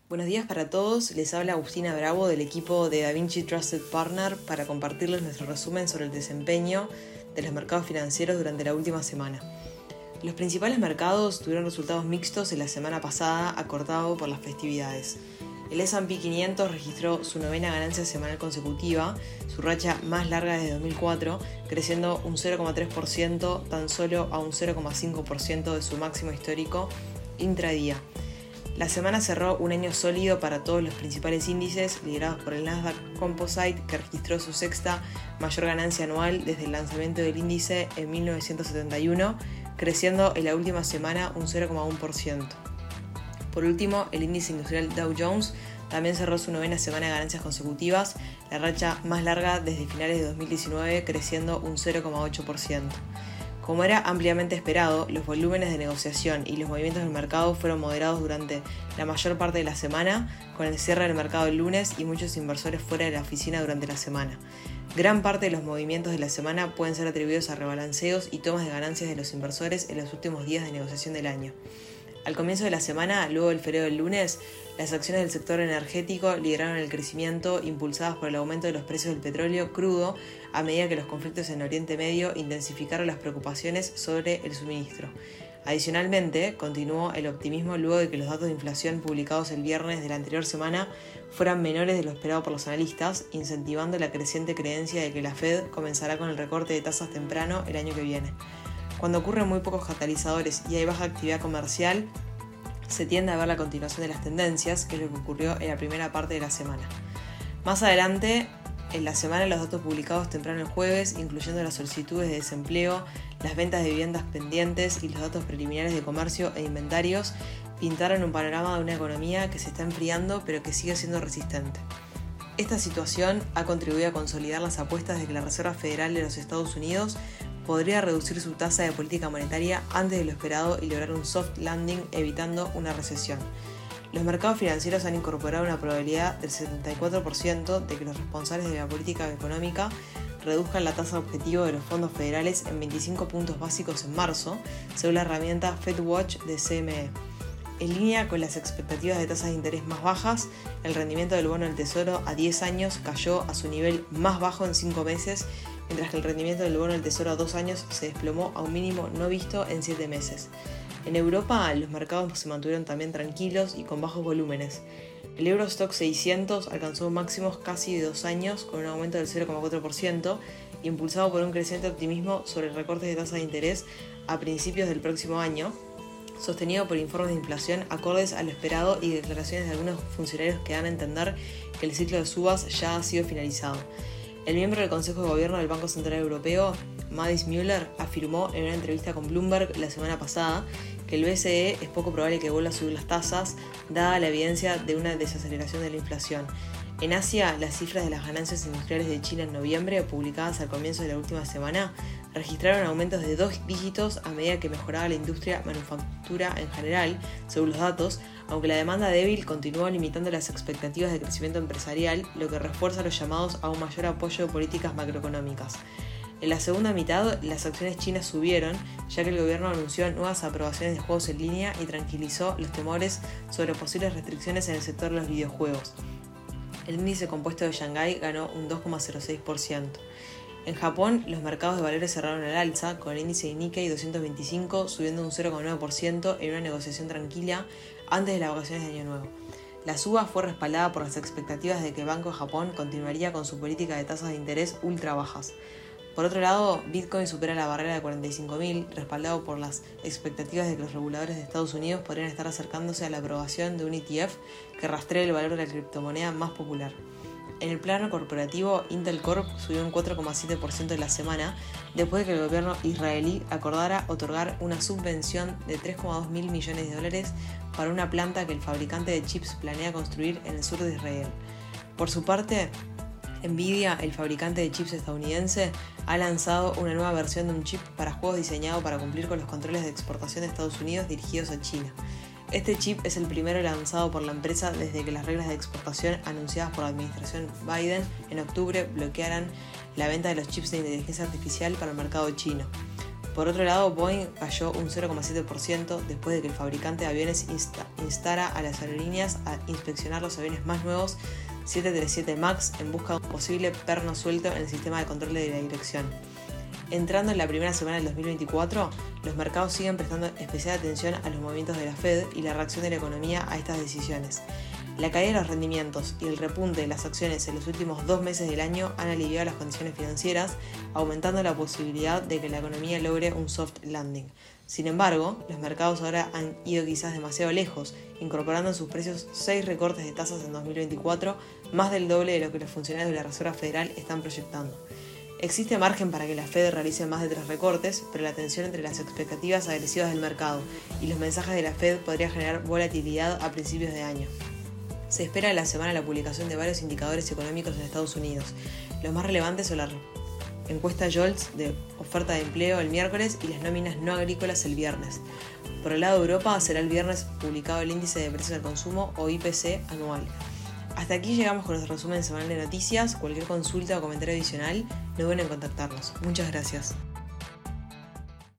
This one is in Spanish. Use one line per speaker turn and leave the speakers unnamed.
Buenos días para todos, les habla Agustina Bravo del equipo de DaVinci Trusted Partner para compartirles nuestro resumen sobre el desempeño de los mercados financieros durante la última semana. Los principales mercados tuvieron resultados mixtos en la semana pasada, acortado por las festividades. El S&P 500 registró su novena ganancia semanal consecutiva, su racha más larga desde 2004, creciendo un 0,3% tan solo a un 0,5% de su máximo histórico intradía. La semana cerró un año sólido para todos los principales índices, liderados por el Nasdaq Composite, que registró su sexta mayor ganancia anual desde el lanzamiento del índice en 1971, creciendo en la última semana un 0,1%. Por último, el índice industrial Dow Jones también cerró su novena semana de ganancias consecutivas, la racha más larga desde finales de 2019, creciendo un 0,8%. Como era ampliamente esperado, los volúmenes de negociación y los movimientos del mercado fueron moderados durante la mayor parte de la semana, con el cierre del mercado el lunes y muchos inversores fuera de la oficina durante la semana. Gran parte de los movimientos de la semana pueden ser atribuidos a rebalanceos y tomas de ganancias de los inversores en los últimos días de negociación del año. Al comienzo de la semana, luego del feriado del lunes, las acciones del sector energético lideraron el crecimiento, impulsadas por el aumento de los precios del petróleo crudo a medida que los conflictos en Oriente Medio intensificaron las preocupaciones sobre el suministro. Adicionalmente, continuó el optimismo luego de que los datos de inflación publicados el viernes de la anterior semana fueran menores de lo esperado por los analistas, incentivando la creciente creencia de que la Fed comenzará con el recorte de tasas temprano el año que viene. Cuando ocurren muy pocos catalizadores y hay baja actividad comercial, se tiende a ver la continuación de las tendencias, que es lo que ocurrió en la primera parte de la semana. Más adelante, en la semana, los datos publicados temprano el jueves, incluyendo las solicitudes de desempleo, las ventas de viviendas pendientes y los datos preliminares de comercio e inventarios, pintaron un panorama de una economía que se está enfriando pero que sigue siendo resistente. Esta situación ha contribuido a consolidar las apuestas de que la Reserva Federal de los Estados Unidos podría reducir su tasa de política monetaria antes de lo esperado y lograr un soft landing, evitando una recesión. Los mercados financieros han incorporado una probabilidad del 74% de que los responsables de la política económica reduzcan la tasa objetivo de los fondos federales en 25 puntos básicos en marzo, según la herramienta FedWatch de CME. En línea con las expectativas de tasas de interés más bajas, el rendimiento del bono del Tesoro a 10 años cayó a su nivel más bajo en 5 meses, mientras que el rendimiento del bono del Tesoro a 2 años se desplomó a un mínimo no visto en 7 meses. En Europa, los mercados se mantuvieron también tranquilos y con bajos volúmenes. El Eurostoxx 600 alcanzó máximos casi de 2 años con un aumento del 0,4%, impulsado por un creciente optimismo sobre el recorte de tasas de interés a principios del próximo año, sostenido por informes de inflación acordes a lo esperado y declaraciones de algunos funcionarios que dan a entender que el ciclo de subas ya ha sido finalizado. El miembro del Consejo de Gobierno del Banco Central Europeo, Madis Müller, afirmó en una entrevista con Bloomberg la semana pasada que el BCE es poco probable que vuelva a subir las tasas, dada la evidencia de una desaceleración de la inflación. En Asia, las cifras de las ganancias industriales de China en noviembre, publicadas al comienzo de la última semana, registraron aumentos de 2 dígitos a medida que mejoraba la industria manufactura en general, según los datos, aunque la demanda débil continuó limitando las expectativas de crecimiento empresarial, lo que refuerza los llamados a un mayor apoyo de políticas macroeconómicas. En la segunda mitad, las acciones chinas subieron, ya que el gobierno anunció nuevas aprobaciones de juegos en línea y tranquilizó los temores sobre posibles restricciones en el sector de los videojuegos. El índice compuesto de Shanghái ganó un 2,06%. En Japón, los mercados de valores cerraron al alza, con el índice de Nikkei 225 subiendo un 0,9% en una negociación tranquila antes de las vacaciones de Año Nuevo. La suba fue respaldada por las expectativas de que el Banco de Japón continuaría con su política de tasas de interés ultra bajas. Por otro lado, Bitcoin supera la barrera de 45.000, respaldado por las expectativas de que los reguladores de Estados Unidos podrían estar acercándose a la aprobación de un ETF que rastree el valor de la criptomoneda más popular. En el plano corporativo, Intel Corp subió un 4,7% en la semana, después de que el gobierno israelí acordara otorgar una subvención de 3,2 mil millones de dólares para una planta que el fabricante de chips planea construir en el sur de Israel. Por su parte, Nvidia, el fabricante de chips estadounidense, ha lanzado una nueva versión de un chip para juegos diseñado para cumplir con los controles de exportación de Estados Unidos dirigidos a China. Este chip es el primero lanzado por la empresa desde que las reglas de exportación anunciadas por la administración Biden en octubre bloquearan la venta de los chips de inteligencia artificial para el mercado chino. Por otro lado, Boeing cayó un 0,7% después de que el fabricante de aviones instara a las aerolíneas a inspeccionar los aviones más nuevos 737 MAX en busca de un posible perno suelto en el sistema de control de la dirección. Entrando en la primera semana del 2024, los mercados siguen prestando especial atención a los movimientos de la Fed y la reacción de la economía a estas decisiones. La caída de los rendimientos y el repunte de las acciones en los últimos 2 meses del año han aliviado las condiciones financieras, aumentando la posibilidad de que la economía logre un soft landing. Sin embargo, los mercados ahora han ido quizás demasiado lejos, incorporando en sus precios 6 recortes de tasas en 2024, más del doble de lo que los funcionarios de la Reserva Federal están proyectando. Existe margen para que la Fed realice más de 3 recortes, pero la tensión entre las expectativas agresivas del mercado y los mensajes de la Fed podría generar volatilidad a principios de año. Se espera en la semana la publicación de varios indicadores económicos en Estados Unidos. Los más relevantes son la encuesta JOLTS de oferta de empleo el miércoles y las nóminas no agrícolas el viernes. Por el lado de Europa será el viernes publicado el índice de precios al consumo o IPC anual. Hasta aquí llegamos con nuestro resumen semanal de noticias. Cualquier consulta o comentario adicional, no duden en contactarnos. Muchas gracias.